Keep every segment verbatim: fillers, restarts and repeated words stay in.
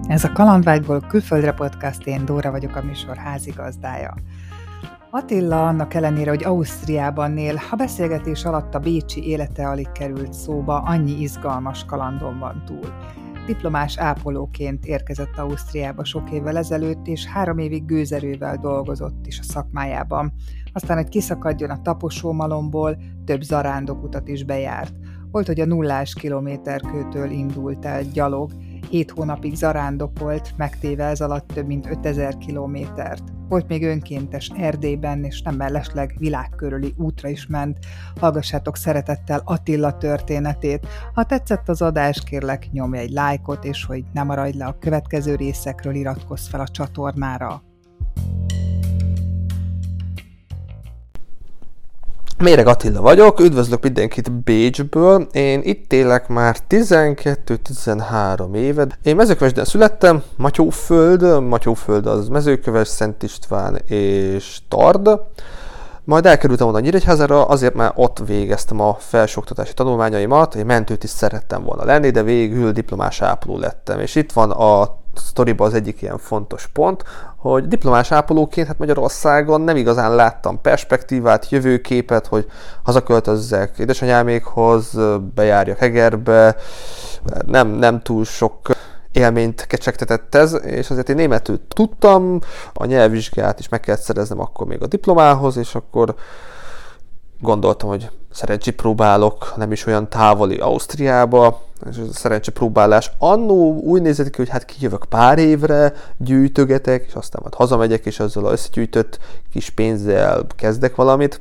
Ez a Kalandvágyból külföldre podcast, én Dóra vagyok, a műsor házigazdája. Attila annak ellenére, hogy Ausztriában él, a beszélgetés alatt a bécsi élete alig került szóba, annyi izgalmas kalandon van túl. Diplomás ápolóként érkezett Ausztriába sok évvel ezelőtt, és három évig gőzerővel dolgozott is a szakmájában. Aztán, hogy kiszakadjon a taposómalomból, több zarándokutat is bejárt. Volt, hogy a nullás kilométerkőtől indult el gyalog, hét hónapig zarándokolt, megtéve ez alatt több mint ötezer kilométert. Volt még önkéntes Erdélyben, és nem mellesleg világkörüli útra is ment. Hallgassátok szeretettel Attila történetét. Ha tetszett az adás, kérlek nyomj egy lájkot, és hogy ne maradj le a következő részekről, iratkozz fel a csatornára. Méreg Attila vagyok, üdvözlök mindenkit Bécsből. Én itt élek már tizenkettő-tizenhárom éve. Én Mezőkövesden születtem, Matyóföld, Matyóföld az Mezőköves, Szent István és Tard. Majd elkerültem oda Nyíregyházára, azért már ott végeztem a felsőoktatási tanulmányaimat. Én mentőt is szerettem volna lenni, de végül diplomás ápoló lettem. És itt van a sztoriban az egyik ilyen fontos pont, hogy diplomás ápolóként hát Magyarországon nem igazán láttam perspektívát, jövőképet, hogy hazaköltözzek édesanyámékhoz, bejárjak Egerbe, nem, nem túl sok élményt kecsegtetett ez, és azért én németül tudtam, a nyelvvizsgát is meg kellett szereznem akkor még a diplomához, és akkor gondoltam, hogy szerencsépróbálok, nem is olyan távoli Ausztriába, és ez a szerencsépróbálás annó úgy nézett ki, hogy hát kijövök pár évre, gyűjtögetek, és aztán majd hazamegyek, és azzal az összegyűjtött kis pénzzel kezdek valamit,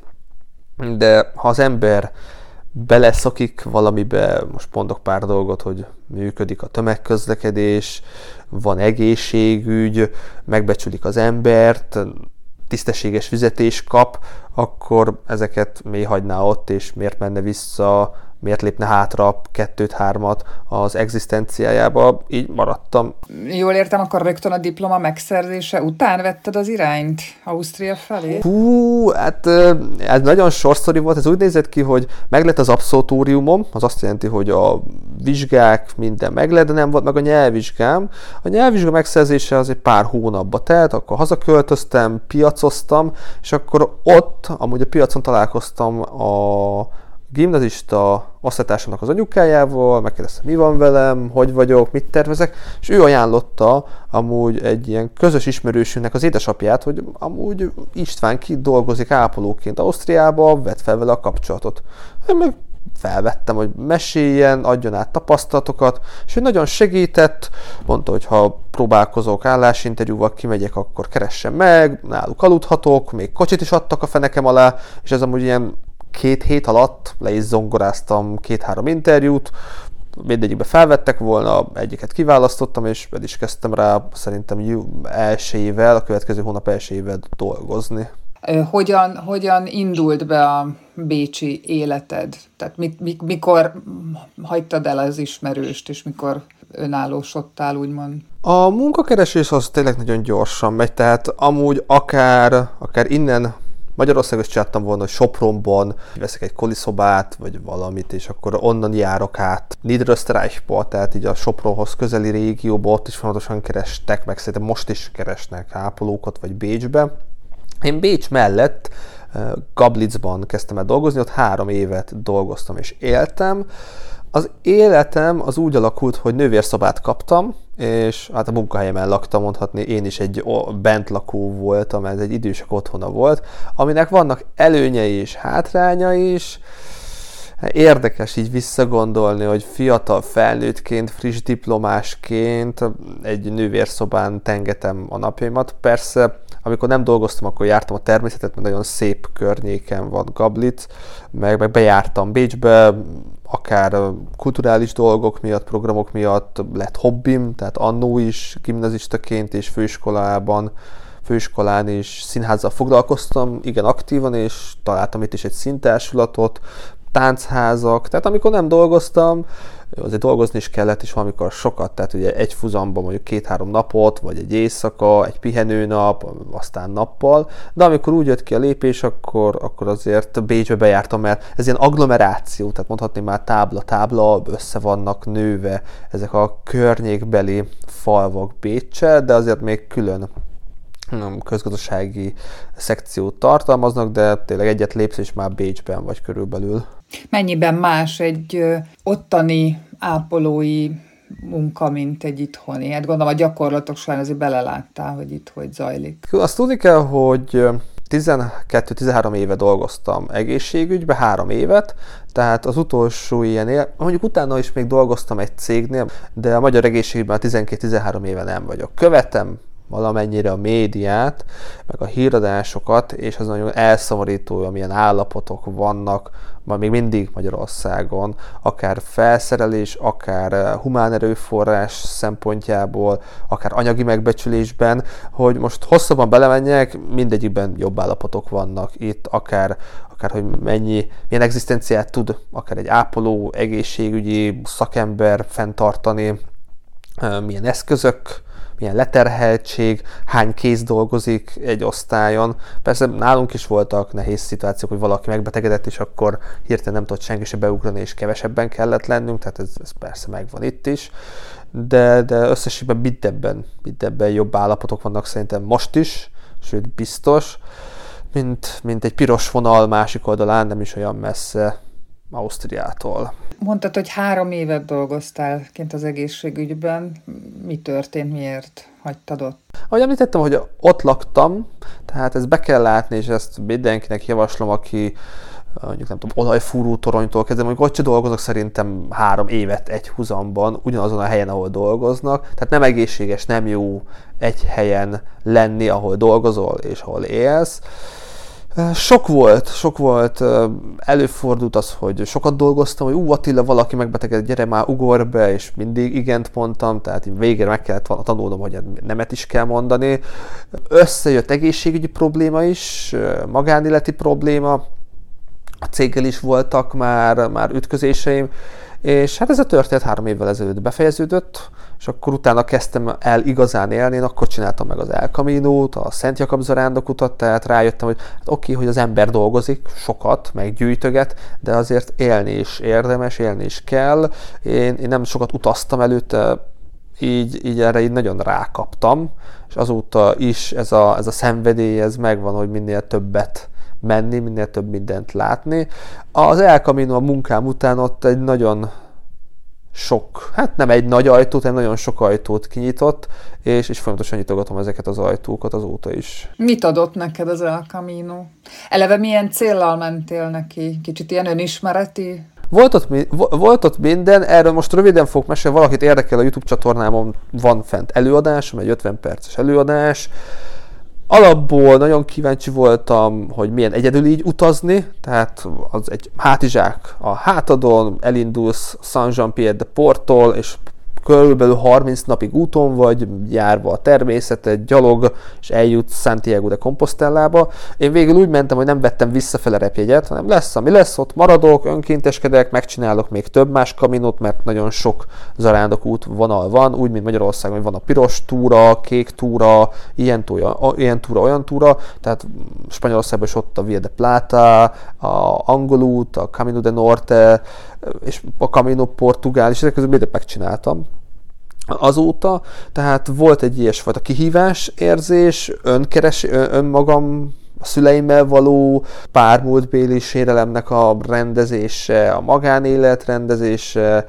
de ha az ember beleszokik valamibe, most mondok pár dolgot, hogy működik a tömegközlekedés, van egészségügy, megbecsülik az embert, tisztességes fizetés kap, akkor ezeket miért hagyná ott, és miért menne vissza, miért lépne hátra kettőt-hármat az egzisztenciájába, így maradtam. Jól értem, akkor rögtön a diploma megszerzése után vetted az irányt Ausztria felé? Hú, hát ez nagyon sorsztori volt, ez úgy nézett ki, hogy meglett az abszolútóriumom, az azt jelenti, hogy a vizsgák minden meglett, de nem volt meg a nyelvvizsgám. A nyelvvizsga megszerzése az egy pár hónapba telt, akkor hazaköltöztem, piacoztam, és akkor ott, amúgy a piacon találkoztam a gimnazista osztálytársamnak az anyukájával, megkérdeztem, mi van velem, hogy vagyok, mit tervezek, és ő ajánlotta amúgy egy ilyen közös ismerősünknek az édesapját, hogy amúgy István ki dolgozik ápolóként Ausztriába, vett fel vele a kapcsolatot. Én meg felvettem, hogy meséljen, adjon át tapasztalatokat, és ő nagyon segített, mondta, hogy ha próbálkozok állásinterjúval, kimegyek, akkor keressen meg, náluk aludhatok, még kocsit is adtak a fenekem alá, és ez amúgy ilyen két hét alatt le is zongoráztam két-három interjút, mindegyikbe felvettek volna, egyiket kiválasztottam, és el is kezdtem rá szerintem elsőjével, a következő hónap elsőjével dolgozni. Hogyan, hogyan indult be a bécsi életed? Tehát mi, mi, mikor hagytad el az ismerőst, és mikor önállósodtál, úgymond? A munkakeresés az tényleg nagyon gyorsan megy, tehát amúgy akár, akár innen Magyarországon is csináltam volna, hogy Sopronban veszek egy koliszobát, vagy valamit, és akkor onnan járok át Niederösterreichba, tehát így a Sopronhoz közeli régióba, ott is fontosan kerestek, meg szerintem most is keresnek ápolókat, vagy Bécsbe. Én Bécs mellett Gablitzban kezdtem el dolgozni, ott három évet dolgoztam és éltem. Az életem az úgy alakult, hogy nővérszobát kaptam, és hát a munkahelyemen laktam, mondhatni, én is egy bentlakó voltam, ez egy idősek otthona volt, aminek vannak előnyei és hátrányai is. Érdekes így visszagondolni, hogy fiatal felnőttként, friss diplomásként egy nővérszobán tengetem a napjaimat. Persze, amikor nem dolgoztam, akkor jártam a természetet, mert nagyon szép környéken van Gablitz, meg, meg bejártam Bécsbe, akár kulturális dolgok miatt, programok miatt lett hobbim, tehát annó is gimnazistaként és főiskolában, főiskolán is színházzal foglalkoztam, igen aktívan, és találtam itt is egy színtársulatot, táncházak, tehát amikor nem dolgoztam, azért dolgozni is kellett, és valamikor sokat, tehát ugye egy fuzamban mondjuk két-három napot, vagy egy éjszaka, egy pihenőnap, aztán nappal, de amikor úgy jött ki a lépés, akkor, akkor azért Bécsbe bejártam, mert ez ilyen agglomeráció, tehát mondhatni már tábla-tábla, össze vannak nőve ezek a környékbeli falvak Béccsel, de azért még külön közgazdasági szekciót tartalmaznak, de tényleg egyet lépsz, és már Bécsben vagy körülbelül. Mennyiben más egy ottani ápolói munka, mint egy itthoni? Hát gondolom a gyakorlatok során azért beleláttál, hogy itt hogy zajlik. Azt tudni kell, hogy tizenkettő-tizenhárom éve dolgoztam egészségügyben, három évet, tehát az utolsó ilyen él, mondjuk utána is még dolgoztam egy cégnél, de a magyar egészségügyben tizenkét-tizenhárom éve nem vagyok. Követem valamennyire a médiát, meg a híradásokat, és az nagyon elszomorító, amilyen állapotok vannak, ma még mindig Magyarországon, akár felszerelés, akár humán erőforrás szempontjából, akár anyagi megbecsülésben, hogy most hosszabban belemenjek, mindegyikben jobb állapotok vannak itt, akár, akár hogy mennyi, milyen egzisztenciát tud akár egy ápoló, egészségügyi szakember fenntartani, milyen eszközök, milyen leterheltség, hány kéz dolgozik egy osztályon. Persze nálunk is voltak nehéz szituációk, hogy valaki megbetegedett, és akkor hirtelen nem tudott senki se beugrani, és kevesebben kellett lennünk, tehát ez, ez persze megvan itt is. De, de összességben mindebben, mindebben jobb állapotok vannak szerintem most is, sőt biztos, mint, mint egy piros vonal másik oldalán, nem is olyan messze Ausztriától. Mondtad, hogy három évet dolgoztál kint az egészségügyben. Mi történt, miért hagytad ott? Ahogy említettem, hogy ott laktam, tehát ezt be kell látni, és ezt mindenkinek javaslom, aki mondjuk nem tudom, olajfúró toronytól kezdve, mondjuk ott se dolgoznak szerintem három évet egy huzamban, ugyanazon a helyen, ahol dolgoznak, tehát nem egészséges, nem jó egy helyen lenni, ahol dolgozol és ahol élsz. Sok volt, sok volt, előfordult az, hogy sokat dolgoztam, hogy ú, Attila, valaki megbetegedett, gyere már, ugorj be, és mindig igent mondtam, tehát végére meg kellett tanulnom, hogy nemet is kell mondani. Összejött egészségügyi probléma is, magánéleti probléma, a céggel is voltak már, már ütközéseim, és hát ez a történet három évvel ezelőtt befejeződött, és akkor utána kezdtem el igazán élni, én akkor csináltam meg az El Caminót, a Szent Jakab zarándokutat, tehát rájöttem, hogy hát oké, hogy az ember dolgozik sokat, meg gyűjtöget, de azért élni is érdemes, élni is kell. Én, én nem sokat utaztam előtte, így, így erre így nagyon rákaptam, és azóta is ez a, ez a szenvedély, ez megvan, hogy minél többet menni, minél több mindent látni. Az El Camino a munkám után ott egy nagyon sok, hát nem egy nagy ajtót, hanem nagyon sok ajtót kinyitott, és, és folyamatosan nyitogatom ezeket az ajtókat azóta is. Mit adott neked az El Camino? Eleve milyen céllal mentél neki? Kicsit ilyen önismereti? Volt ott, volt ott minden, erről most röviden fogok mesélni, valakit érdekel, a YouTube csatornámon van fent előadásom, egy ötven perces előadás. Alapból nagyon kíváncsi voltam, hogy milyen egyedül így utazni, tehát az egy hátizsák a hátadon, elindulsz Saint-Jean-Pied-de-Porttól, és körülbelül harminc napig úton vagy, járva a természetet, gyalog, és eljutsz Santiago de Compostellába. Én végül úgy mentem, hogy nem vettem visszafele repjegyet, hanem lesz, ami lesz, ott maradok, önkénteskedek, megcsinálok még több más kaminót, mert nagyon sok zarándok útvonal van, úgy, mint Magyarországon, hogy van a piros túra, kék túra, ilyen túra, ilyen túra, olyan túra, tehát Spanyolországban is ott a Via de Plata, a Angolút, a Camino de Norte, és a Camino Portugál, és ezek közül mindent megcsináltam azóta, tehát volt egy ilyesfajta kihívás érzés, önkeres, ön, önmagam, a szüleimmel való pármúltbéli sérelemnek a rendezése, a magánélet rendezése,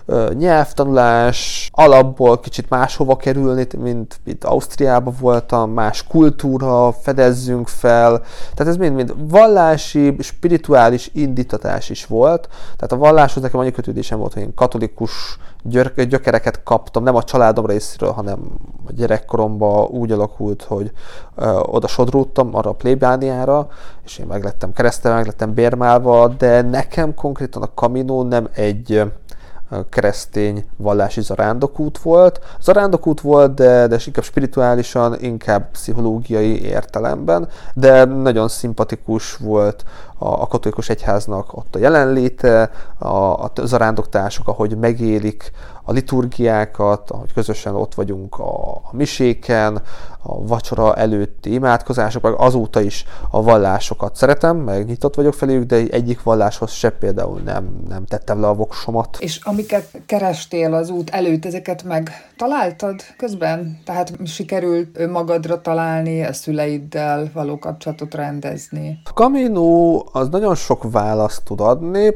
nyelvtanulás, alapból kicsit máshova kerülni, mint, mint Ausztriában voltam, más kultúra, fedezzünk fel, tehát ez mind-mind vallási, spirituális indítatás is volt, tehát a valláshoz nekem annyi kötődésem volt, hogy én katolikus gyökereket kaptam, nem a családom részéről, hanem a gyerekkoromban úgy alakult, hogy ö, oda sodródtam arra a plébániára, és én meglettem keresztelve, meglettem bérmálva, de nekem konkrétan a Camino nem egy keresztény vallási zarándokút volt. Zarándokút volt, de, de inkább spirituálisan, inkább pszichológiai értelemben, de nagyon szimpatikus volt a katolikus egyháznak ott a jelenléte, a, a zarándoktársok, ahogy megélik a liturgiákat, ahogy közösen ott vagyunk a, a miséken, a vacsora előtti imádkozások, meg azóta is a vallásokat szeretem, meg nyitott vagyok feléjük, de egyik valláshoz se például nem, nem tettem le a voksomat. És amiket kerestél az út előtt, ezeket megtaláltad közben? Tehát sikerült önmagadra találni, a szüleiddel való kapcsolatot rendezni? A Camino az nagyon sok választ tud adni,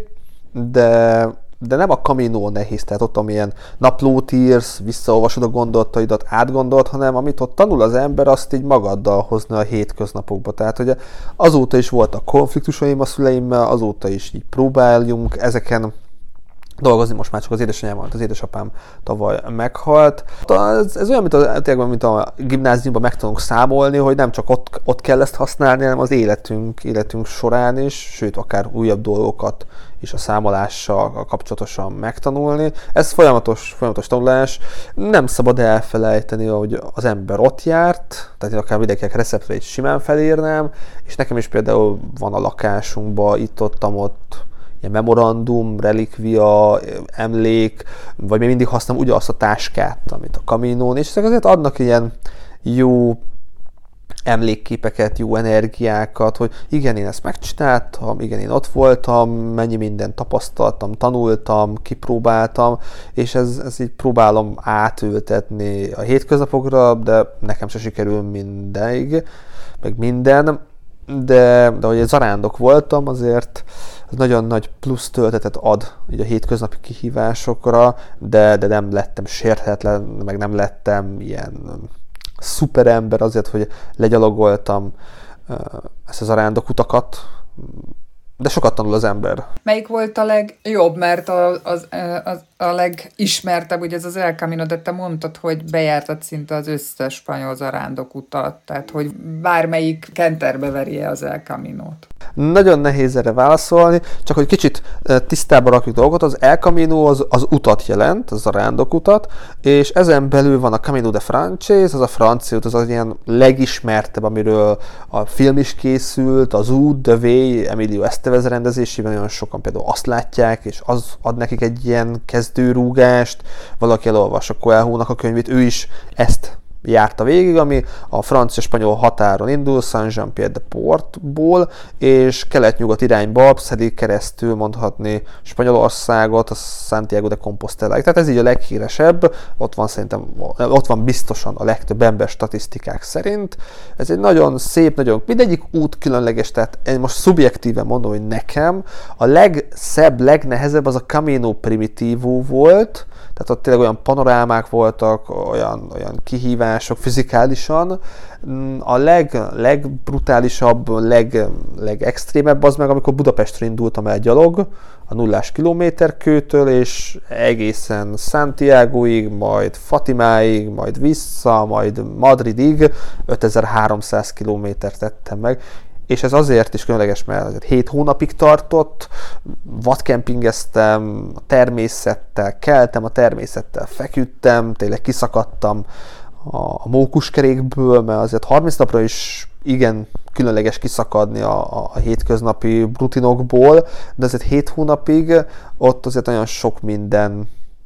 de de nem a Camino nehéz, tehát ott amilyen naplót írsz, visszaolvasod a gondolataidat, átgondolt, hanem amit ott tanul az ember, azt így magaddal hozni a hétköznapokba. Tehát ugye azóta is voltak konfliktusaim a szüleimmel, azóta is így próbáljunk ezeken dolgozni, most már csak az édesanyám, az édesapám tavaly meghalt. Ez, ez olyan, mint a, mint a gimnáziumban megtanulunk számolni, hogy nem csak ott, ott kell ezt használni, hanem az életünk, életünk során is, sőt, akár újabb dolgokat is a számolással kapcsolatosan megtanulni. Ez folyamatos, folyamatos tanulás. Nem szabad elfelejteni, hogy az ember ott járt, tehát akár vidékek recepteit simán felírnám, és nekem is például van a lakásunkban, itt-ott, ott ilyen memorandum, relikvia, emlék, vagy még mindig használom ugyanazt a táskát, amit a Caminón, és ezek azért adnak ilyen jó emlékképeket, jó energiákat, hogy igen, én ezt megcsináltam, igen, én ott voltam, mennyi mindent tapasztaltam, tanultam, kipróbáltam, és ez, ez így próbálom átültetni a hétköznapokra, de nekem se sikerül mindeig, meg minden, de, de hogy egy zarándok voltam, azért ez nagyon nagy plusz töltetet ad így a hétköznapi kihívásokra, de, de nem lettem sérthetetlen, meg nem lettem ilyen szuperember azért, hogy legyalogoltam ezt a zarándokutakat, de sokat tanul az ember. Melyik volt a legjobb, mert a, az, az, a legismertebb, ugye ez az El Camino, de te mondtad, hogy bejártad szinte az összes spanyol zarándokutat, tehát hogy bármelyik kenterbe veri az El Caminót. Nagyon nehéz erre válaszolni, csak hogy kicsit tisztába rakjuk dolgot, az El Camino az, az utat jelent, az zarándokutat, és ezen belül van a Camino de Frances, az a francia út, az az ilyen legismertebb, amiről a film is készült, az út, The Way, Emilio Estevez rendezésében nagyon sokan például azt látják, és az ad nekik egy ilyen kezdőrúgást, valaki elolvassa Coelho-nak a könyvét, ő is ezt járta végig, ami a francia-spanyol határon indul, Saint-Jean-Pied-de-Portból, és kelet-nyugat irányba szedik keresztül mondhatni Spanyolországot, a Santiago de Compostela-ig. Tehát ez így a leghíresebb, ott van szerintem, ott van biztosan a legtöbb ember statisztikák szerint. Ez egy nagyon szép, nagyon, mindegyik út különleges, tehát én most szubjektíven mondom, hogy nekem a legszebb, legnehezebb az a Camino Primitivo volt, tehát ott tényleg olyan panorámák voltak, olyan, olyan kihívások fizikálisan. A leg, legbrutálisabb, leg, legextrémebb az meg, amikor Budapestre indultam el gyalog, a nullás kilométerkőtől, és egészen Santiagoig, majd Fatimáig, majd vissza, majd Madridig ötezer-háromszáz kilométert tettem meg. És ez azért is különleges, mert hét hónapig tartott, vadkempingeztem, a természettel keltem, a természettel feküdtem, tényleg kiszakadtam a mókuskerékből, mert azért harminc napra is igen különleges kiszakadni a, a, a hétköznapi rutinokból, de azért hét hónapig ott azért nagyon sok minden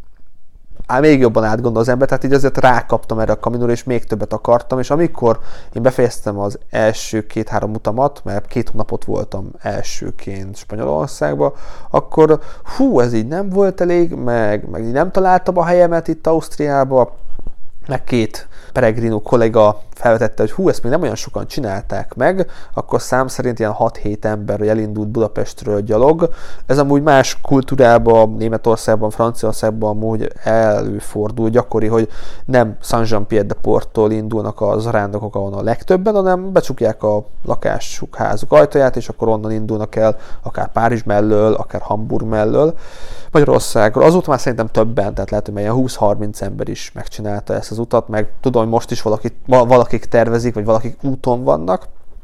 Á, még jobban átgondol az ember, tehát így azért rákaptam erre a Caminóra, és még többet akartam, és amikor én befejeztem az első két-három utamat, mert két hónapot voltam elsőként Spanyolországba, akkor hú, ez így nem volt elég, meg, meg így nem találtam a helyemet itt Ausztriába, meg két peregrino kollega felvetette, hogy hú, ezt még nem olyan sokan csinálták meg, akkor szám szerint ilyen hat-hét ember elindult Budapestről gyalog. Ez amúgy más kultúrában, Németországban, Franciaországban amúgy előfordul, gyakori, hogy nem Saint-Jean-Pied-de-Porttól indulnak a zarándokok, ahol a legtöbben, hanem becsukják a lakásuk, házuk ajtaját, és akkor onnan indulnak el, akár Párizs mellől, akár Hamburg mellől, Magyarországról. Azóta már szerintem többen, tehát lehet, hogy ilyen húsz-harminc ember is megcsinálta ezt az utat, meg tudom, hogy most is valaki, valakik tervezik, vagy valakik úton vannak.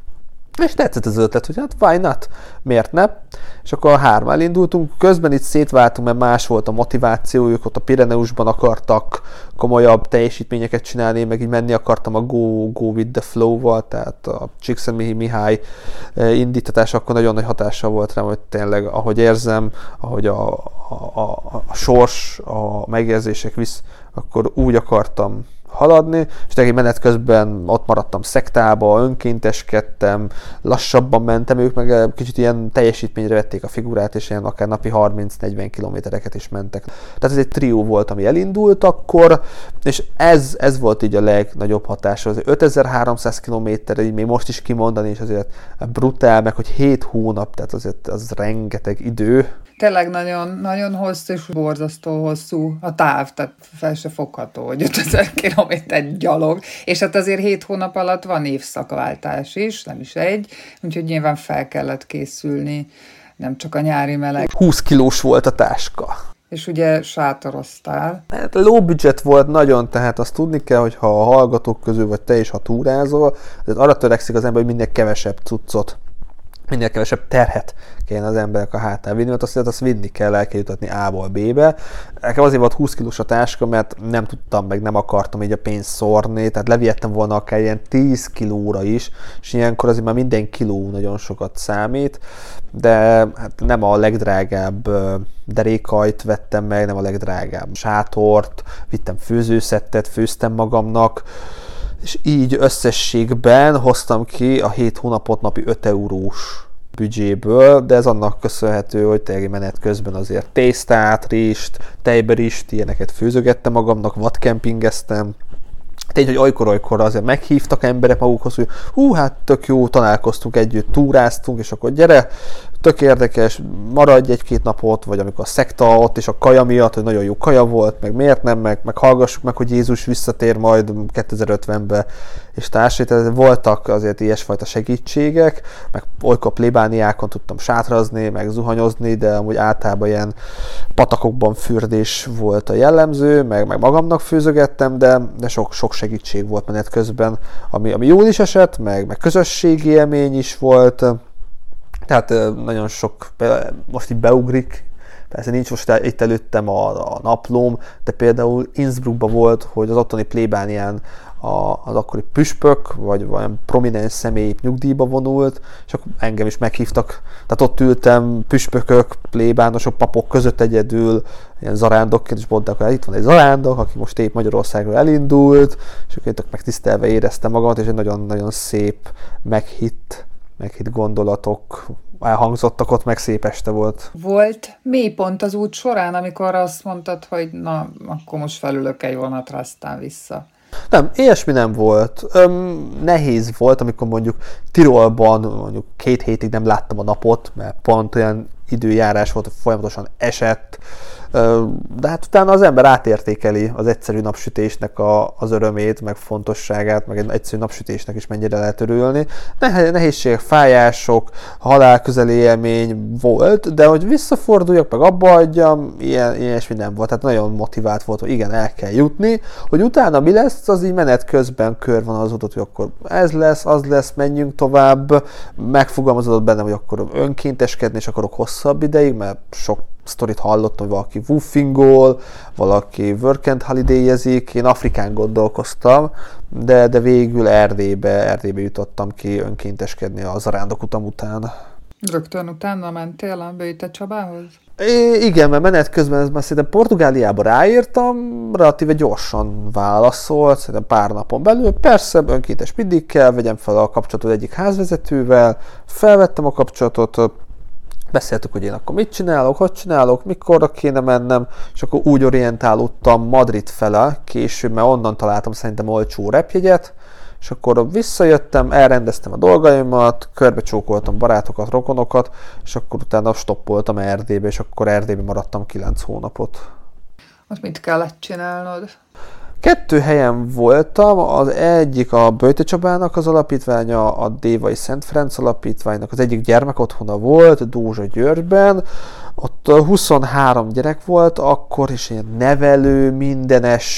És tetszett az ötlet, hogy hát why not? Miért ne? És akkor a hárman elindultunk, közben itt szétváltunk, mert más volt a motivációjuk, ott a Pireneusban akartak komolyabb teljesítményeket csinálni, meg így menni akartam a Go, Go with the Flow-val, tehát a Csíkszentmihalyi indítatás akkor nagyon nagy hatással volt rám, hogy tényleg, ahogy érzem, ahogy a, a, a, a sors, a megérzések visz, akkor úgy akartam haladni, és tényleg menet közben ott maradtam szektába, önkénteskedtem, lassabban mentem, ők meg kicsit ilyen teljesítményre vették a figurát, és ilyen akár napi harminc-negyven kilométereket is mentek. Tehát ez egy trió volt, ami elindult akkor, és ez, ez volt így a legnagyobb hatása. Az ötezer-háromszáz kilométer, így még most is kimondani, és azért brutál, meg hogy hét hónap, tehát azért az rengeteg idő. Tényleg nagyon, nagyon hosszú és borzasztó hosszú a táv, tehát fel se fogható, hogy ötezer kilométer gyalog, és hát azért hét hónap alatt van évszakváltás is, nem is egy, úgyhogy nyilván fel kellett készülni, nem csak a nyári meleg. húsz kilós volt a táska. És ugye sátoroztál. Hát low budget volt nagyon, tehát azt tudni kell, hogy ha a hallgatók közül vagy te is, ha túrázol, arra törekszik az ember, hogy minél kevesebb cuccot, minél kevesebb terhet kéne az emberek a hátán vinni, mert azt, azt vinni kell, el kell jutatni A-ból B-be. Nekem azért volt húsz kilós a táska, mert nem tudtam, meg nem akartam így a pénzt szórni, tehát levihettem volna akár ilyen tíz kilóra is, és ilyenkor azért már minden kiló nagyon sokat számít, de hát nem a legdrágább derékajt vettem meg, nem a legdrágább sátort, vittem főzőszettet, főztem magamnak, és így összességben hoztam ki a hét hónapot napi öt eurós büdzséből, de ez annak köszönhető, hogy tényleg menet közben azért tésztát, rist, tejberist, ilyeneket főzögettem magamnak, vadkempingeztem. Tény, hogy olykor-olykor azért meghívtak emberek magukhoz, hogy hú, hát tök jó, találkoztunk együtt, túráztunk, és akkor gyere, tök érdekes, maradj egy-két napot, vagy amikor a szekta ott, és a kaja miatt, hogy nagyon jó kaja volt, meg miért nem, meg, meg hallgassuk meg, hogy Jézus visszatér majd kétezer-ötvenbe, és társai, tehát voltak azért ilyesfajta segítségek, meg olykor plébániákon tudtam sátrazni, meg zuhanyozni, de amúgy általában ilyen patakokban fürdés volt a jellemző, meg, meg magamnak főzögettem, de, de sok, sok segítség volt menet közben, ami, ami jól is esett, meg, meg közösségi élmény is volt. Tehát nagyon sok, most így beugrik, persze nincs most itt előttem a, a naplóm, de például Innsbruckban volt, hogy az ottani plébánián a, az akkori püspök, vagy olyan prominens személy nyugdíjba vonult, és akkor engem is meghívtak. Tehát ott ültem püspökök, plébánosok, papok között egyedül, ilyen zarándokként, és mondták, hogy itt van egy zarándok, aki most épp Magyarországról elindult, és akkor én megtisztelve éreztem magamat, és egy nagyon-nagyon szép, meghitt, meghitt gondolatok elhangzottak ott, meg szép este volt. Volt mélypont az út során, amikor azt mondtad, hogy na, akkor most felülök egy vonatra, aztán vissza. Nem, ilyesmi nem volt. Öm, nehéz volt, amikor mondjuk Tirolban mondjuk két hétig nem láttam a napot, mert pont olyan időjárás volt, hogy folyamatosan esett, de hát utána az ember átértékeli az egyszerű napsütésnek a, az örömét, meg fontosságát, meg egy egyszerű napsütésnek is mennyire lehet örülni. Nehézségek, fájások, halálközeli élmény volt, de hogy visszaforduljak, meg abba adjam, ilyen, ilyesmi nem volt. Tehát nagyon motivált volt, hogy igen, el kell jutni, hogy utána mi lesz, az így menet közben körvonalazódott, hogy akkor ez lesz, az lesz, menjünk tovább. Megfogalmazódott bennem, hogy akkor önkénteskedni, és akarok hosszabb ideig, mert sok sztorit hallottam, hogy valaki woofingol, valaki work and holiday-ezik, én Afrikán gondolkoztam, de, de végül Erdélybe, Erdélybe jutottam ki önkénteskedni a zarándok utam után. Rögtön utána mentél a Böjte Csabához? É, igen, mert menet közben már szerintem Portugáliába ráírtam, relatíve gyorsan válaszolt, szerintem pár napon belül. Persze, önkéntes mindig kell, vegyem fel a kapcsolatot egyik házvezetővel, felvettem a kapcsolatot, beszéltük, hogy én akkor mit csinálok, hogy csinálok, mikorra kéne mennem, és akkor úgy orientálódtam Madrid fele később, mert onnan találtam szerintem olcsó repjegyet, és akkor visszajöttem, elrendeztem a dolgaimat, körbecsókoltam barátokat, rokonokat, és akkor utána stoppoltam Erdélybe, és akkor Erdélybe maradtam kilenc hónapot. Most mit kellett csinálnod? Kettő helyen voltam, az egyik a Böjte Csabának az alapítványa, a Dévai Szent Ferenc alapítványnak, az egyik gyermekotthona volt, Dózsa Györgyben, ott huszonhárom gyerek volt, akkor is ilyen nevelő, mindenes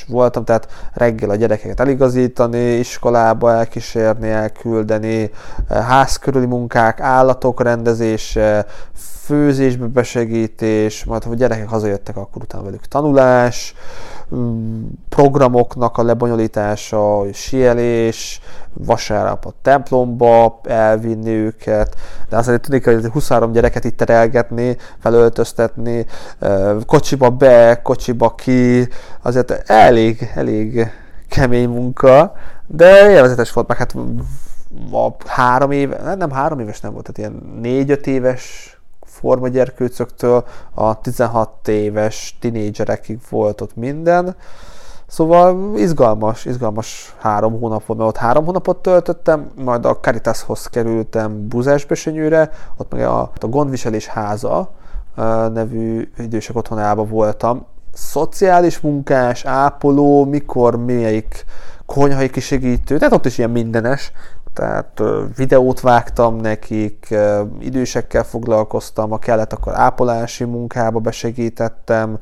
is voltam, tehát reggel a gyerekeket eligazítani, iskolába elkísérni, elküldeni, ház körüli munkák, állatok rendezése, főzésbe besegítés, majd ha a gyerekek hazajöttek, akkor utána velük tanulás, programoknak a lebonyolítása, síelés, vasárnap a templomba elvinni őket, de azért tudnék, hogy huszonhárom gyereket itt terelgetni, felöltöztetni, kocsiba be, kocsiba ki, azért elég, elég kemény munka, de élvezetes volt, meg hát a három éve, nem három éves nem volt, tehát ilyen négy-öt éves formagyerkőcöktől a tizenhat éves tinédzserekig volt ott minden. Szóval izgalmas, izgalmas három hónap volt, mert ott három hónapot töltöttem, majd a Caritashoz kerültem Búzásbösönyőre, ott meg a, a Gondviselés Háza nevű idősek otthonában voltam. Szociális munkás, ápoló, mikor, melyik konyhai kisegítő, tehát ott is ilyen mindenes. Tehát videót vágtam nekik, idősekkel foglalkoztam, ha kellett, akkor ápolási munkába besegítettem,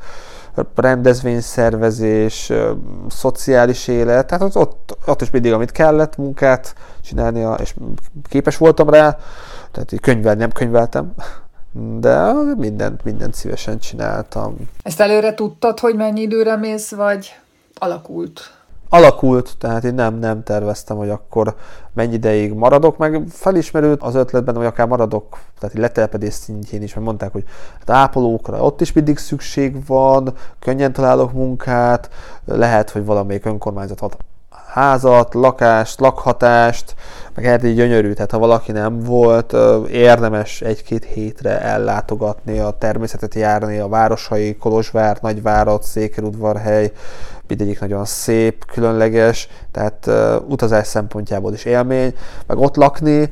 rendezvényszervezés, szociális élet, tehát ott, ott is mindig, amit kellett munkát csinálni, és képes voltam rá, tehát könyvelni nem könyveltem, de mindent, mindent szívesen csináltam. Ezt előre tudtad, hogy mennyi időre mész, vagy alakult? Alakult, tehát én nem, nem terveztem, hogy akkor mennyi ideig maradok, meg felismerült az ötletben, hogy akár maradok, tehát letelepedés szintjén is, mert mondták, hogy hát ápolókra ott is mindig szükség van, könnyen találok munkát, lehet, hogy valamelyik önkormányzat ad házat, lakást, lakhatást, meg Erdély gyönyörű, tehát ha valaki nem volt, érdemes egy-két hétre ellátogatni, a természetet járni, a városai, Kolozsvár, Nagyvárad, Székelyudvarhely, mindegyik nagyon szép, különleges, tehát utazás szempontjából is élmény, meg ott lakni,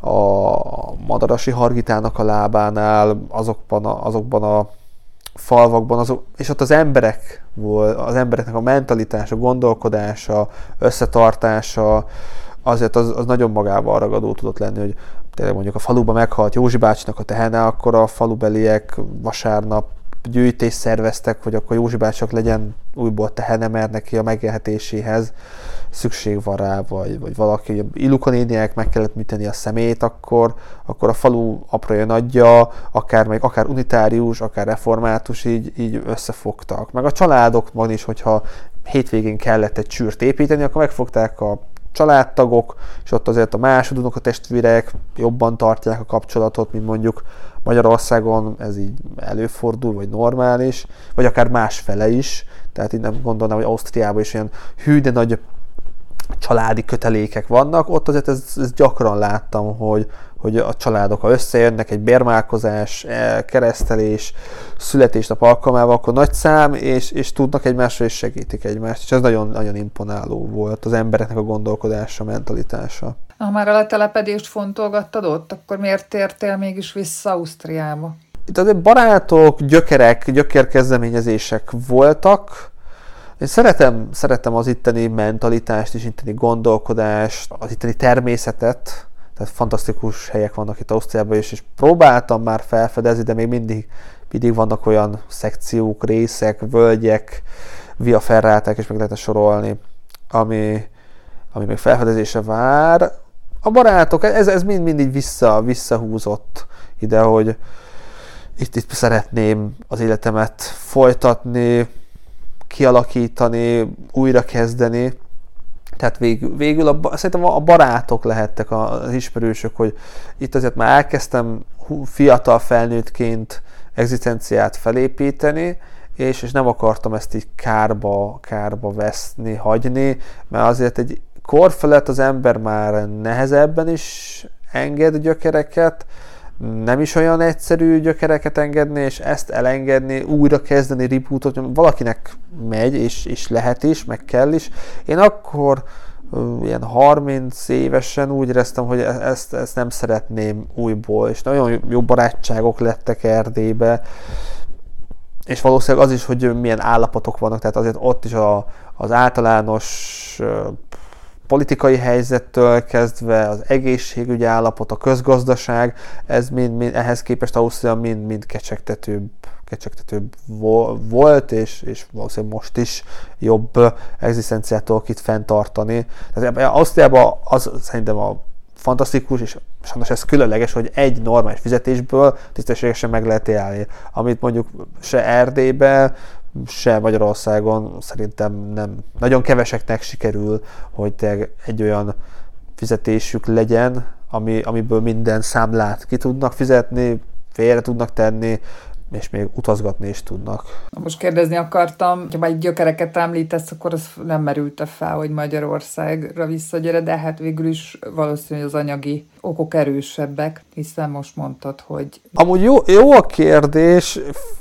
a Madarasi Hargitának a lábánál, azokban a, azokban a falvakban, azok, és ott az emberek volt, az embereknek a mentalitása, gondolkodása, összetartása, azért az, az nagyon magával ragadó tudott lenni, hogy tényleg mondjuk a faluban meghalt Józsi bácsinak a tehene, akkor a falubeliek vasárnap gyűjtést szerveztek, hogy akkor Józsi bácsinak legyen újból tehene, mert neki a megélhetéséhez szükség van rá, vagy, vagy valaki, hogy Iluka néniek meg kellett műteni a szemét, akkor, akkor a falu apraja nagyja, akár, meg, akár unitárius, akár református, így, így összefogtak. Meg a családokban is, hogyha hétvégén kellett egy csűrt építeni, akkor megfogták a családtagok, és ott azért a másodunok, a testvérek jobban tartják a kapcsolatot, mint mondjuk Magyarországon ez így előfordul, vagy normális, vagy akár másfele is. Tehát így nem gondolnám, hogy Ausztriában is ilyen hű, de nagy családi kötelékek vannak. Ott azért ezt, ezt gyakran láttam, hogy, hogy a családok, ha összejönnek, egy bérmálkozás, keresztelés, születésnap alkalmával, akkor nagy szám, és, és tudnak egymásra, és segítik egymást. És ez nagyon, nagyon imponáló volt az embereknek a gondolkodása, mentalitása. Ha már a letelepedést fontolgattad ott, akkor miért tértél mégis vissza Ausztriába? Itt azért barátok, gyökerek, gyökérkezdeményezések voltak. Én szeretem, szeretem az itteni mentalitást, és itteni gondolkodást, az itteni természetet. Tehát fantasztikus helyek vannak itt Ausztriában is, és próbáltam már felfedezni, de még mindig, mindig vannak olyan szekciók, részek, völgyek, via ferráták, és meg lehetne sorolni, ami, ami még felfedezése vár. A barátok, ez, ez mind mindig vissza, visszahúzott ide, hogy itt, itt szeretném az életemet folytatni, kialakítani, újrakezdeni. Tehát végül, végül a, szerintem a barátok lehettek az ismerősök, hogy itt azért már elkezdtem fiatal felnőttként egzisztenciát felépíteni, és, és nem akartam ezt így kárba, kárba veszni, hagyni, mert azért egy kor felett az ember már nehezebben is enged gyökereket, nem is olyan egyszerű gyökereket engedni, és ezt elengedni, újra kezdeni, rebootot, valakinek megy, és, és lehet is, meg kell is. Én akkor uh, ilyen harminc évesen úgy éreztem, hogy ezt, ezt nem szeretném újból, és nagyon jó barátságok lettek Erdélybe, és valószínűleg az is, hogy milyen állapotok vannak, tehát azért ott is a, az általános uh, politikai helyzettől kezdve, az egészségügyi állapot, a közgazdaság, ez mind, mind ehhez képest Ausztria mind, mind kecsegtetőbb, kecsegtetőbb volt, és, és valószínűleg most is jobb egzisztenciától itt fenntartani. Tehát Ausztriában az szerintem a fantasztikus, és sajnos ez különleges, hogy egy normális fizetésből tisztességesen meg lehet élni. Amit mondjuk se Erdélyben, se Magyarországon szerintem nem. Nagyon keveseknek sikerül, hogy egy olyan fizetésük legyen, ami, amiből minden számlát ki tudnak fizetni, félre tudnak tenni, és még utazgatni is tudnak. Most kérdezni akartam, ha már gyökereket említesz, akkor az nem merült fel, hogy Magyarországra visszagyere, de hát végül is valószínűleg az anyagi okok erősebbek, hiszen most mondtad, hogy... Amúgy jó, jó a kérdés,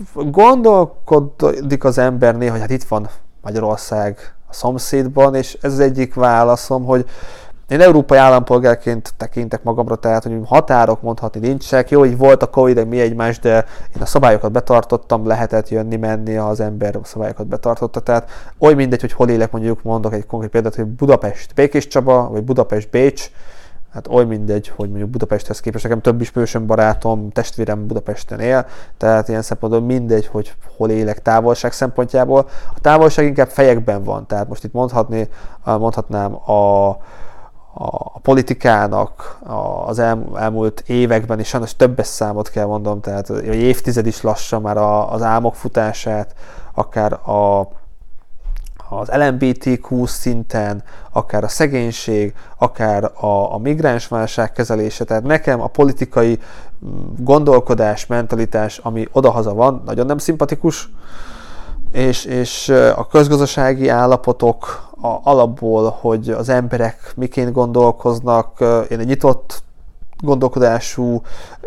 gondolkodik az ember néha, hogy hát itt van Magyarország a szomszédban, és ez az egyik válaszom, hogy én európai állampolgárként tekintek magamra, tehát, hogy határok mondhatni nincsek. Jó, hogy volt a Covid, mi egymás, de én a szabályokat betartottam, lehetett jönni, menni, ha az ember a szabályokat betartotta. Tehát oly mindegy, hogy hol élek, mondjuk mondok egy konkrét példát, hogy Budapest Békéscsaba, vagy Budapest Bécs, hát oly mindegy, hogy mondjuk Budapesthez képest, nekem több ismerősöm, barátom, testvérem Budapesten él, tehát ilyen szempontból mindegy, hogy hol élek távolság szempontjából. A távolság inkább fejekben van, tehát most itt mondhatni, mondhatnám a a politikának az elmúlt években is sajnos többes számot kell mondom, tehát egy évtized is lassan már az álmok futását, akár a, az el em bé té kú szinten, akár a szegénység, akár a, a migránsválság kezelése, tehát nekem a politikai gondolkodás, mentalitás, ami odahaza van, nagyon nem szimpatikus, és, és a közgazdasági állapotok a, alapból, hogy az emberek miként gondolkoznak, én egy nyitott gondolkodású,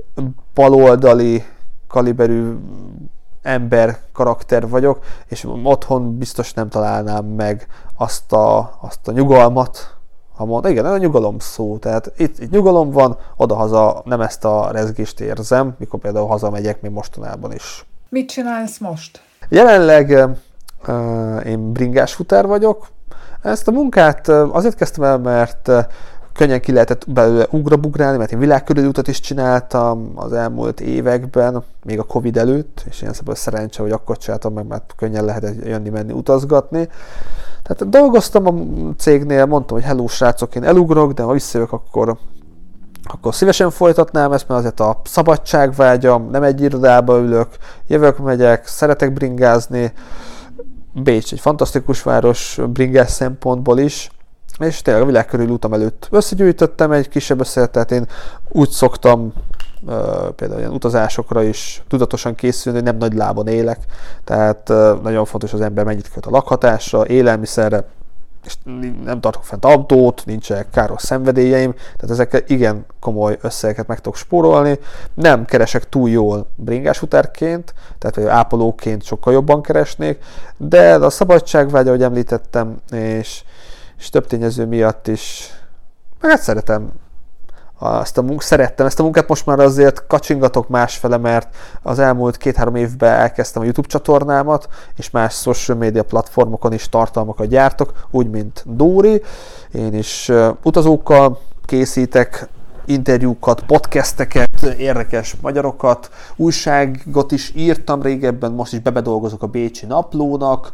baloldali kaliberű ember karakter vagyok, és otthon biztos nem találnám meg azt a, azt a nyugalmat, ha mond, igen, ez a nyugalom szó, tehát itt, itt nyugalom van, odahaza nem ezt a rezgést érzem, mikor például hazamegyek még mostanában is. Mit csinálsz most? Jelenleg uh, én bringás futár vagyok. Ezt a munkát azért kezdtem el, mert könnyen ki lehetett belőle ugrabugrálni, mert én világkörüli utat is csináltam az elmúlt években, még a Covid előtt, és ilyen szabad szerencse, hogy akkor csináltam meg, mert könnyen lehetett jönni-menni, utazgatni. Tehát dolgoztam a cégnél, mondtam, hogy hello srácok, én elugrok, de ha visszajövök, akkor, akkor szívesen folytatnám ezt, mert azért a szabadságvágyam, nem egy irodába ülök, jövök, megyek, szeretek bringázni. Bécs egy fantasztikus város bringás szempontból is, és tényleg a világ körül útam előtt összegyűjtöttem egy kisebb összeget, tehát én úgy szoktam uh, például ilyen utazásokra is tudatosan készülni, hogy nem nagy lábon élek, tehát uh, nagyon fontos az ember mennyit köt a lakhatásra, élelmiszerre, és nem tartok fent autót, nincsenek káros szenvedélyeim, tehát ezekkel igen komoly összegeket meg tudok spórolni. Nem keresek túl jól bringásfutárként, tehát vagy ápolóként sokkal jobban keresnék, de a szabadságvágy, ahogy említettem, és, és több tényező miatt is, meg hát szeretem ezt a munk- szerettem ezt a munkát, most már azért kacsingatok másfele, mert az elmúlt két-három évben elkezdtem a YouTube csatornámat, és más social media platformokon is tartalmakat gyártok, úgy, mint Dóri. Én is uh, utazókkal készítek interjúkat, podcasteket, érdekes magyarokat, újságot is írtam régebben, most is bebedolgozok a Bécsi Naplónak,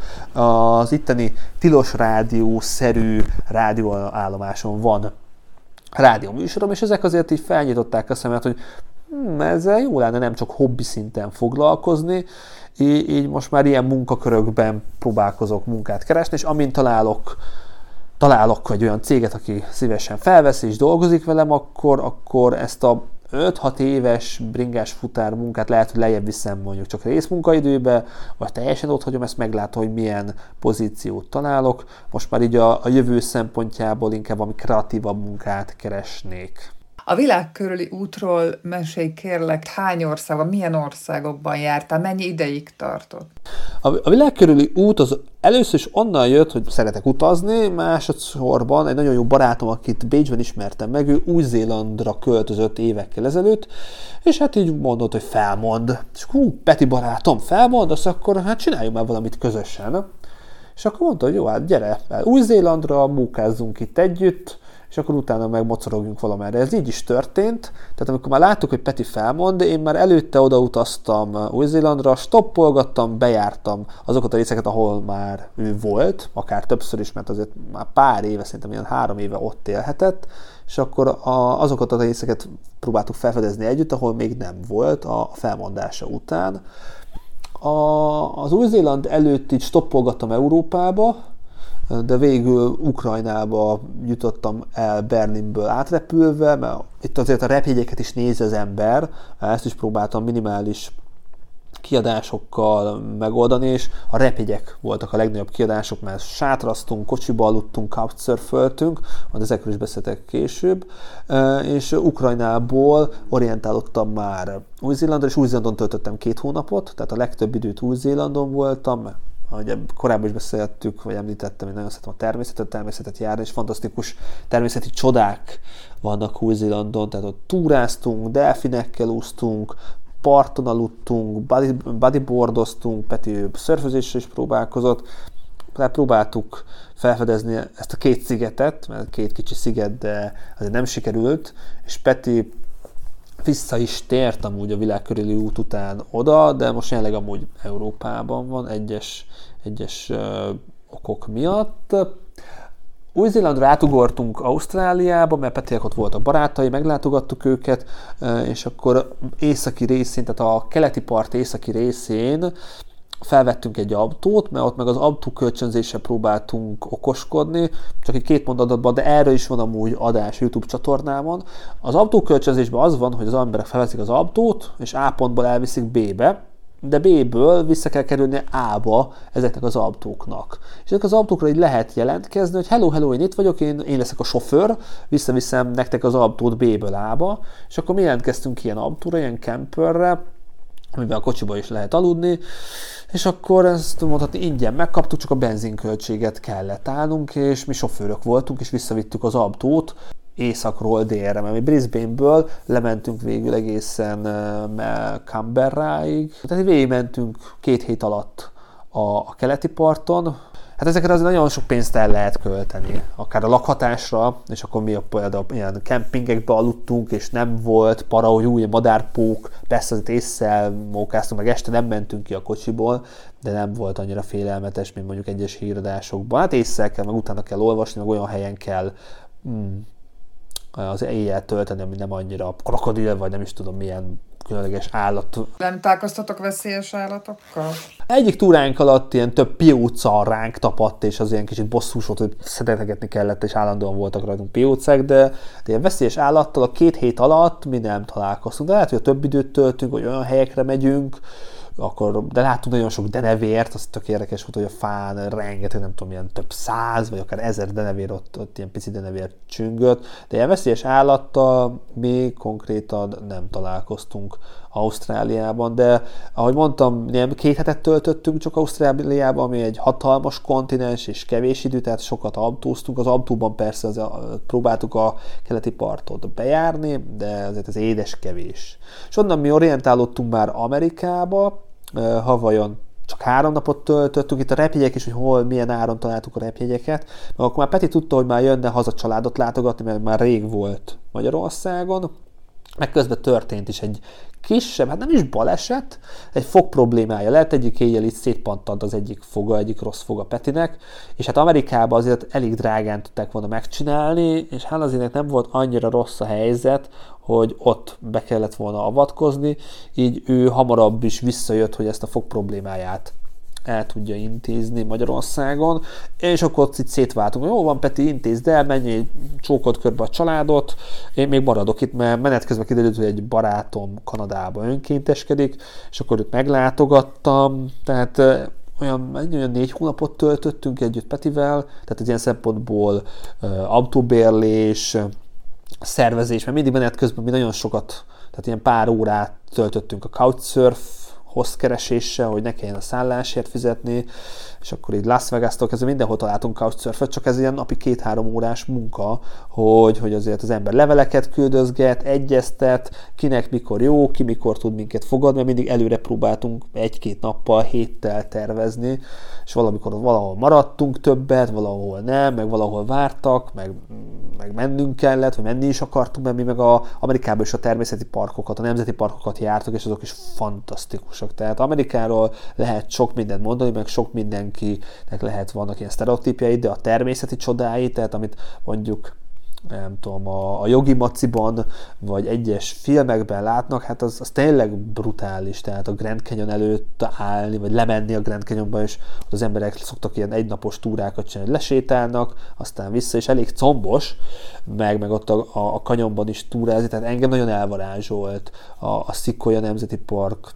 az itteni Tilos Rádió-szerű rádióállomáson van rádióműsorom, és ezek azért így felnyitották a szemet, hogy hm, ezzel jó lenne nem csak hobbi szinten foglalkozni, így, így most már ilyen munkakörökben próbálkozok munkát keresni, és amint találok, találok egy olyan céget, aki szívesen felvesz és dolgozik velem, akkor, akkor ezt a öt-hat éves bringás futár munkát lehet, hogy lejjebb viszem mondjuk csak részmunkaidőbe, vagy teljesen ott hagyom, ezt meglátom, hogy milyen pozíciót találok. Most már így a, a jövő szempontjából inkább valami kreatívabb munkát keresnék. A világ körüli útról mesélj kérlek, hány országban, milyen országokban jártál, mennyi ideig tartott? A, a világ körüli út az először is onnan jött, hogy szeretek utazni, másodszorban egy nagyon jó barátom, akit Bécsben ismertem meg, ő Új-Zélandra költözött évekkel ezelőtt, és hát így mondott, hogy felmond. És hú, Peti barátom, felmond, azt akkor hát csináljunk már valamit közösen. És akkor mondta, hogy jó, hát gyere el Új-Zélandra, mókázzunk itt együtt, és akkor utána meg mocorogjunk valamerre. Ez így is történt, tehát amikor már láttuk, hogy Peti felmond, én már előtte odautaztam Új-Zélandra, stoppolgattam, bejártam azokat a részeket, ahol már ő volt, akár többször is, mert azért már pár éve, szerintem ilyen három éve ott élhetett, és akkor a, azokat a részeket próbáltuk felfedezni együtt, ahol még nem volt a felmondása után. A, az Új-Zéland előtt így stoppolgattam Európába, de végül Ukrajnába jutottam el Berlinből átrepülve, mert itt azért a repjegyeket is nézi az ember, ezt is próbáltam minimális kiadásokkal megoldani, és a repjegyek voltak a legnagyobb kiadások, mert sátraztunk, kocsiba aludtunk, couchsurföltünk, majd ezekről is beszéltek később, és Ukrajnából orientálódtam már Új-Zélandra, és Új-Zélandon töltöttem két hónapot, tehát a legtöbb időt Új-Zélandon voltam, ahogy korábban is beszéltük, vagy említettem, hogy nagyon szeretem a természetet, természetet járni, és fantasztikus természeti csodák vannak Új-Zélandon, tehát ott túráztunk, delfinekkel úsztunk, parton aludtunk, body, bodyboardoztunk, Peti szörfözéssel is próbálkozott, tehát próbáltuk felfedezni ezt a két szigetet, mert két kicsi sziget, de azért nem sikerült, és Peti vissza is tért amúgy a világ körüli út után oda, de most jelenleg amúgy Európában van egyes, egyes ö, okok miatt. Új-Zélandra átugortunk Ausztráliába, mert Petiek ott voltak barátai, meglátogattuk őket, és akkor északi részén, tehát a keleti part északi részén felvettünk egy autót, mert ott meg az autó kölcsönzéssel próbáltunk okoskodni, csak egy két mondatban, de erről is van amúgy adás YouTube csatornámon. Az autókölcsönzésben az van, hogy az emberek felveszik az autót, és A pontból elviszik B-be, de B-ből vissza kell kerülni A-ba ezeknek az autóknak. És ezek az autókra így lehet jelentkezni, hogy hello, hello, én itt vagyok, én, én leszek a sofőr, visszaviszem nektek az autót B-ből A-ba, és akkor mi jelentkeztünk ilyen autóra, ilyen camperre, amiben a kocsiba is lehet aludni, és akkor ezt mondhatni ingyen megkaptuk, csak a benzinköltséget kellett állnunk, és mi sofőrök voltunk, és visszavittük az autót északról délre, mert mi Brisbaneből lementünk végül egészen uh, Canberraig. Tehát végigmentünk két hét alatt a, a keleti parton. Hát ezeket azért nagyon sok pénzt el lehet költeni, akár a lakhatásra, és akkor mi a, például ilyen kempingekbe aludtunk, és nem volt para, hogy új madárpók, persze azért ésszel mókáztunk, meg este nem mentünk ki a kocsiból, de nem volt annyira félelmetes, mint mondjuk egyes híradásokban. Hát ésszel kell, meg utána kell olvasni, meg olyan helyen kell hmm, az éjjel tölteni, ami nem annyira krokodil, vagy nem is tudom milyen különleges állat. Nem találkoztatok veszélyes állatokkal? Egyik túránk alatt ilyen több pióca ránk tapadt, és az ilyen kicsit bosszús volt, hogy szedetegetni kellett, és állandóan voltak rajtunk piócák, de, de ilyen veszélyes állattal a két hét alatt mi nem találkoztunk. De lehet, hogy a több időt töltünk, hogy olyan helyekre megyünk, akkor, de láttunk nagyon sok denevért, az tök érdekes volt, hogy a fán rengeteg, nem tudom, ilyen több száz, vagy akár ezer denevér ott, ott ilyen pici denevér csüngött, de ilyen veszélyes állattal mi konkrétan nem találkoztunk Ausztráliában, de ahogy mondtam, két hetet töltöttünk csak Ausztráliában, ami egy hatalmas kontinens és kevés idő, tehát sokat autóztunk. Az autóban persze az a, próbáltuk a keleti partot bejárni, de azért az édes kevés. És onnan mi orientálódtunk már Amerikába, Hawaiion csak három napot töltöttünk, itt a repjegyek is, hogy hol, milyen áron találtuk a repjegyeket, mert akkor már Peti tudta, hogy már jönne haza családot látogatni, mert már rég volt Magyarországon, meg közben történt is egy kisebb, hát nem is baleset, egy fog problémája lett, egyik éjjel itt szétpattant az egyik foga, egyik rossz foga Petinek, és hát Amerikában azért elég drágán tudták volna megcsinálni, és hát azért nem volt annyira rossz a helyzet, hogy ott be kellett volna avatkozni, így ő hamarabb is visszajött, hogy ezt a fog problémáját el tudja intézni Magyarországon, és akkor ott itt szétváltunk, jó van Peti, intézd el, menj, csókold körbe a családot, én még maradok itt, mert menet közben kiderült, hogy egy barátom Kanadában önkénteskedik, és akkor őt meglátogattam, tehát olyan, olyan négy hónapot töltöttünk együtt Petivel, tehát egy ilyen szempontból uh, autóbérlés, szervezés, mert mindig menet közben mi nagyon sokat, tehát ilyen pár órát töltöttünk a couchsurf hostkereséssel, hogy ne kelljen a szállásért fizetni, és akkor így Las Vegas-tól kezdve mindenhol találtunk couchsurfet, csak ez ilyen napi két-három órás munka, hogy, hogy azért az ember leveleket küldözget, egyeztet, kinek mikor jó, ki mikor tud minket fogadni, mert mindig előre próbáltunk egy-két nappal, héttel tervezni, és valamikor valahol maradtunk többet, valahol nem, meg valahol vártak, meg, meg mennünk kellett, vagy menni is akartunk, mert mi meg a Amerikában is a természeti parkokat, a nemzeti parkokat jártuk, és azok is fantasztikusak. Tehát Amerikáról lehet sok mindent mondani, meg sok mindenkinek lehet, vannak ilyen sztereotípjai, de a természeti csodái, tehát amit mondjuk nem tudom, a, a Jogi Maciban, vagy egyes filmekben látnak, hát az, az tényleg brutális, tehát a Grand Canyon előtt állni, vagy lemenni a Grand Canyonba, és ott az emberek szoktak ilyen egynapos túrákat csinálni, lesétálnak, aztán vissza, és elég combos, meg, meg ott a, a, a kanyonban is túrázni, tehát engem nagyon elvarázsolt a, a Sequoia Nemzeti Park,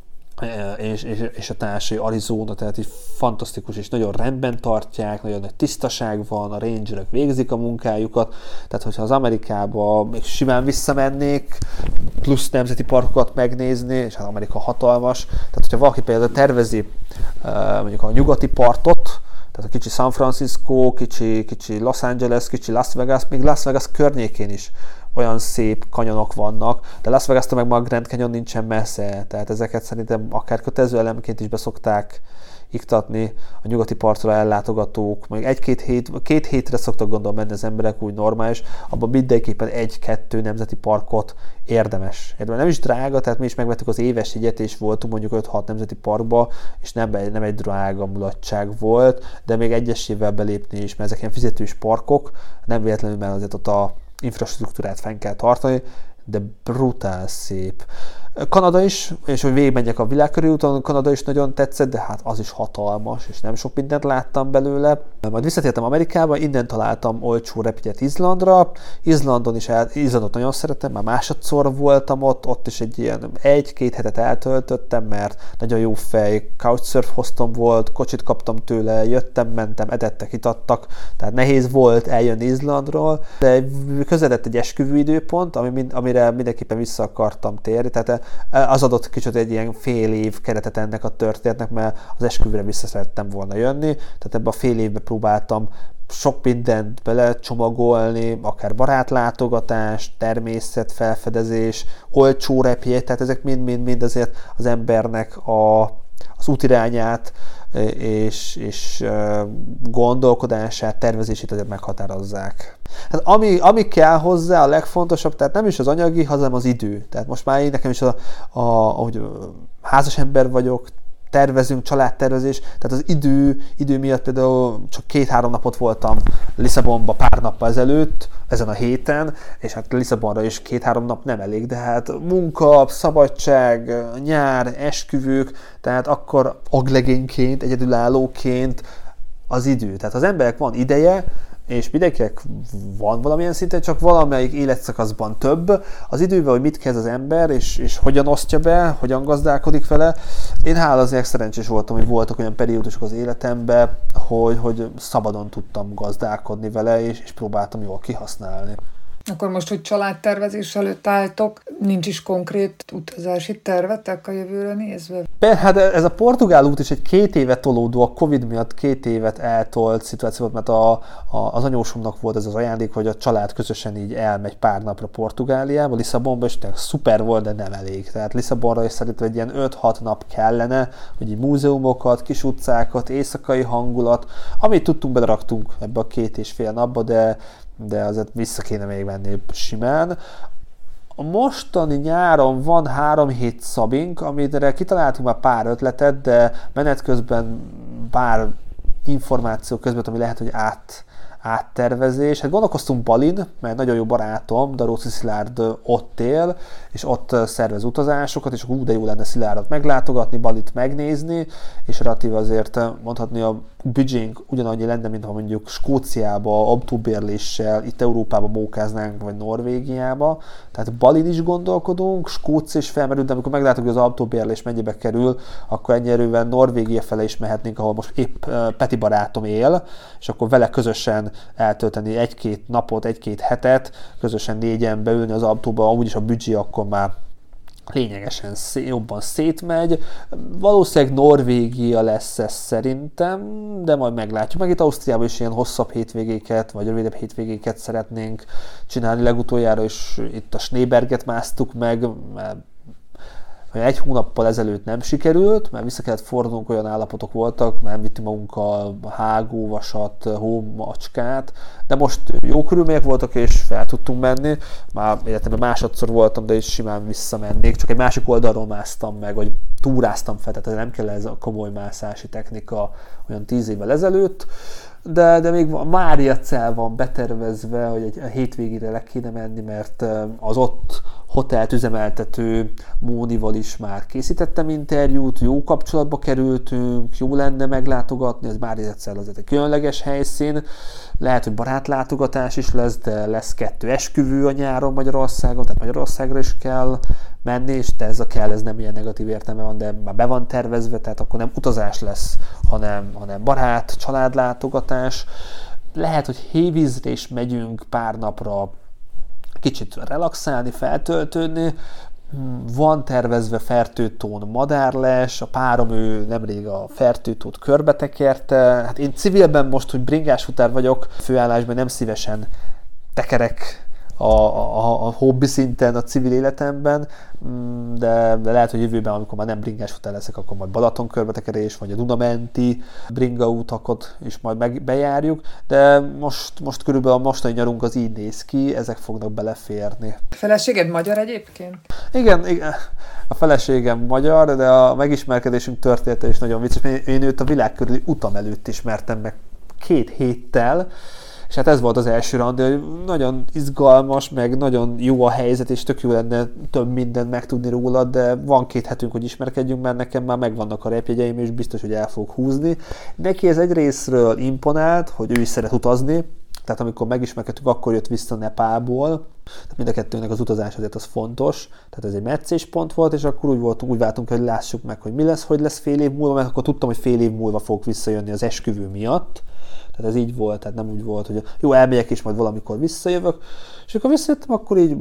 És, és, és a társai Arizona, tehát így fantasztikus, és nagyon rendben tartják, nagyon nagy tisztaság van, a rangerek végzik a munkájukat, tehát hogyha az Amerikába még simán visszamennék, plusz nemzeti parkokat megnézni, és hát Amerika hatalmas, tehát hogyha valaki például tervezi mondjuk a nyugati partot, tehát a kicsi San Francisco, kicsi, kicsi Los Angeles, kicsi Las Vegas, még Las Vegas környékén is olyan szép kanyonok vannak, de Las Vegas-tól meg ma a Grand Canyon nincsen messze, tehát ezeket szerintem akár kötelező elemként is beszokták iktatni a nyugati partra ellátogatók, még egy-két hét, két hétre szoktak gondolom menni az emberek úgy normális, abban mindenképpen egy-kettő nemzeti parkot érdemes. Érdemes. Nem is drága, tehát mi is megvettük az éves jegyet, és voltunk mondjuk öt-hat nemzeti parkba, és nem, nem egy drága mulatság volt, de még egyesével belépni is, mert ezek ilyen fizetős parkok, nem véletlenül, mert azért ott a infrastruktúrát fenn kell tartani, de brutál szép. Kanada is, és hogy végigmenjek a világkörüli úton, Kanada is nagyon tetszett, de hát az is hatalmas, és nem sok mindent láttam belőle. Majd visszatértem Amerikába, innen találtam olcsó repjegyet Izlandra. Izlandon is el, Izlandot nagyon szeretem, már másodszor voltam ott, ott is egy ilyen egy-két hetet eltöltöttem, mert nagyon jó fej couchsurf hostom volt, kocsit kaptam tőle, jöttem, mentem, edettek, itattak, tehát nehéz volt eljönni Izlandról, de közeledett egy esküvő időpont, ami, amire mindenképpen vissza akartam térni, tehát az adott kicsit egy ilyen fél év keretet ennek a történetnek, mert az esküvőre vissza szerettem volna jönni, tehát ebbe a fél évbe próbáltam sok mindent belecsomagolni, akár barátlátogatás, természetfelfedezés, olcsó repjegy, tehát ezek mind-mind-mind azért az embernek a, az útirányát és, és gondolkodását, tervezését azért meghatározzák. Hát ami, ami kell hozzá a legfontosabb, tehát nem is az anyagi, hanem az idő. Tehát most már én nekem is, a, a, ahogy házas ember vagyok, tervezünk, családtervezés, tehát az idő, idő miatt például csak két-három napot voltam Lisszabonba pár nappal ezelőtt, ezen a héten, és hát Lisszabonra is két-három nap nem elég, de hát munka, szabadság, nyár, esküvők, tehát akkor aglegényként, egyedülállóként az idő. Tehát az emberek van ideje, és mindenkinek van valamilyen szinten, csak valamelyik életszakaszban több. Az időben, hogy mit kezd az ember, és, és hogyan osztja be, hogyan gazdálkodik vele. Én hála azért szerencsés voltam, hogy voltak olyan periódusok az életemben, hogy, hogy szabadon tudtam gazdálkodni vele, és, és próbáltam jól kihasználni. Akkor most, hogy családtervezés előtt álltok, nincs is konkrét utazási tervetek a jövőre nézve? Hát ez a portugál út is egy két évet tolódó, a Covid miatt két évet eltolt szituáció volt, mert a, a, az anyósomnak volt ez az ajándék, hogy a család közösen így elmegy pár napra Portugáliába, Lisszabonba, és tényleg szuper volt, de nem elég. Tehát Lisszabonra is szerintem egy ilyen öt-hat nap kellene, hogy így múzeumokat, kis utcákat, éjszakai hangulat, amit tudtunk, beleraktunk ebbe a két és fél napba, de de azért vissza kéne még menni simán. A mostani nyáron van három hét szabink, amire kitaláltunk már pár ötletet, de menet közben pár információ közben, ami lehet, hogy át, áttervezés. Hát gondolkoztunk Balin, mert nagyon jó barátom, Daróci Szilárd ott él, és ott szervez utazásokat, és ú, de jó lenne Szilárdot meglátogatni, Balit megnézni, és relatív azért mondhatni a büdzsénk ugyanannyi lenne, mint ha mondjuk Skóciába, autóbérléssel, itt Európába mókáznánk, vagy Norvégiába. Tehát Balin is gondolkodunk, Skócia is felmerült, de amikor meglátjuk, hogy az autóbérlés mennyibe kerül, akkor ennyi erővel Norvégia fele is mehetnénk, ahol most épp Peti barátom él, és akkor vele közösen eltölteni egy-két napot, egy-két hetet, közösen négyen beülni az autóba, amúgy is a büdzsé akkor már lényegesen szé- jobban szétmegy. Valószínűleg Norvégia lesz ez szerintem, de majd meglátjuk. Meg itt Ausztriában is ilyen hosszabb hétvégéket, vagy rövidebb hétvégéket szeretnénk csinálni. Legutoljára is itt a Schneeberget másztuk meg, mert egy hónappal ezelőtt nem sikerült, mert vissza kellett fordulnunk, olyan állapotok voltak, mert nem vittünk magunkkal hágóvasat, hómacskát, de most jó körülmények voltak, és fel tudtunk menni. Már életemben másodszor voltam, de is simán visszamennék, csak egy másik oldalról másztam meg, vagy túráztam fel, tehát nem kell ez a komoly mászási technika olyan tíz évvel ezelőtt, de, de még a Mariacell van betervezve, hogy egy a hétvégére le kéne menni, mert az ott hotelt üzemeltető Mónival is már készítettem interjút, jó kapcsolatba kerültünk, jó lenne meglátogatni, ez Mariacell azért egy különleges helyszín, lehet, hogy barátlátogatás is lesz, de lesz kettő esküvő a nyáron Magyarországon, tehát Magyarországra is kell menni, és ez a kell, ez nem ilyen negatív értelme van, de már be van tervezve, tehát akkor nem utazás lesz, hanem, hanem barát, családlátogatás. Lehet, hogy hévízre is megyünk pár napra, kicsit relaxálni, feltöltődni. Van tervezve Fertőtón madárles, a párom ő nemrég a Fertőtót körbetekerte. Hát én civilben most, hogy bringás futár vagyok, főállásban nem szívesen tekerek a, a, a hobbi szinten, a civil életemben, de, de lehet, hogy jövőben, amikor már nem bringás futár leszek, akkor majd Balaton körbetekerés, vagy a Dunamenti bringautakat is majd meg, bejárjuk, de most, most körülbelül a mostani nyarunk az így néz ki, ezek fognak beleférni. A feleséged magyar egyébként? Igen, igen, a feleségem magyar, de a megismerkedésünk története is nagyon vicces. Én, én őt a világ körüli utam előtt ismertem meg két héttel, és hát ez volt az első randi, hogy nagyon izgalmas, meg nagyon jó a helyzet, és tök jó lenne több mindent megtudni róla, de van két hetünk, hogy ismerkedjünk, mert nekem már megvannak a repjegyeim, és biztos, hogy el fogok húzni. Neki ez egy részről imponált, hogy ő is szeret utazni, tehát amikor megismerkedtünk, akkor jött vissza Nepálból, tehát mind a kettőnek az utazás azért az fontos, tehát ez egy meccéspont volt, és akkor úgy voltunk, úgy váltunk, hogy lássuk meg, hogy mi lesz, hogy lesz fél év múlva, mert akkor tudtam, hogy fél év múlva fogok visszajönni az esküvő miatt. Tehát ez így volt, tehát nem úgy volt, hogy jó, elmegyek és majd valamikor visszajövök. És akkor visszajöttem, akkor így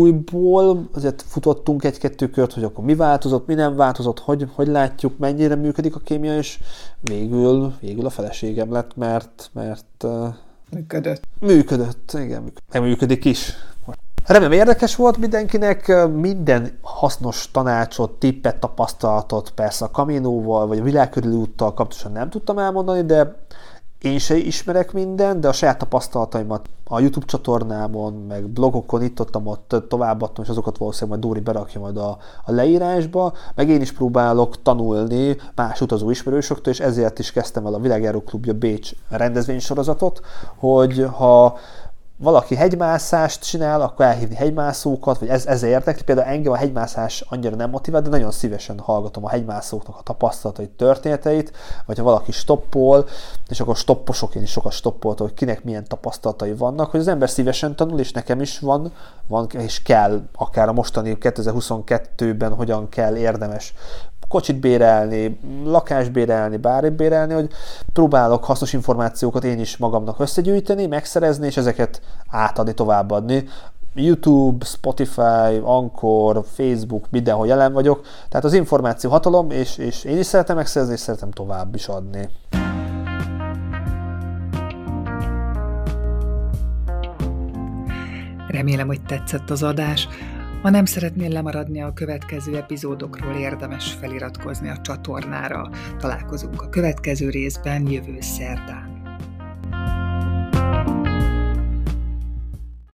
újból azért futottunk egy-kettő kört, hogy akkor mi változott, mi nem változott, hogy, hogy látjuk, mennyire működik a kémia, és végül, végül a feleségem lett, mert, mert működött. Működött, igen, nem működik is. Remélem érdekes volt mindenkinek, minden hasznos tanácsot, tippet, tapasztalatot persze a Caminóval, vagy a világkörüli úttal kapcsolatosan nem tudtam elmondani, de én se ismerek mindent, de a saját tapasztalataimat a YouTube csatornámon, meg blogokon itt-ottam ott továbbadtam, és azokat valószínűleg majd Dóri berakja majd a, a leírásba, meg én is próbálok tanulni más utazó ismerősöktől, és ezért is kezdtem el a Világjáró Klubja Bécs rendezvénysorozatot, hogy ha valaki hegymászást csinál, akkor elhívni hegymászókat, vagy ez, ezzel érdekli. Például engem a hegymászás annyira nem motivál, de nagyon szívesen hallgatom a hegymászóknak a tapasztalatait, történeteit, vagy ha valaki stoppol, és akkor stopposok, én is sokat stoppoltam, hogy kinek milyen tapasztalatai vannak, hogy az ember szívesen tanul, és nekem is van, van és kell, akár a mostani kétezer-huszonkettőben hogyan kell érdemes kocsit bérelni, lakást bérelni, bármit bérelni, hogy próbálok hasznos információkat én is magamnak összegyűjteni, megszerezni, és ezeket átadni, továbbadni. YouTube, Spotify, Anchor, Facebook, mindenhol jelen vagyok. Tehát az információ hatalom, és, és én is szeretem megszerezni, és szeretem tovább is adni. Remélem, hogy tetszett az adás. Ha nem szeretnél lemaradni a következő epizódokról, érdemes feliratkozni a csatornára. Találkozunk a következő részben jövő szerdán.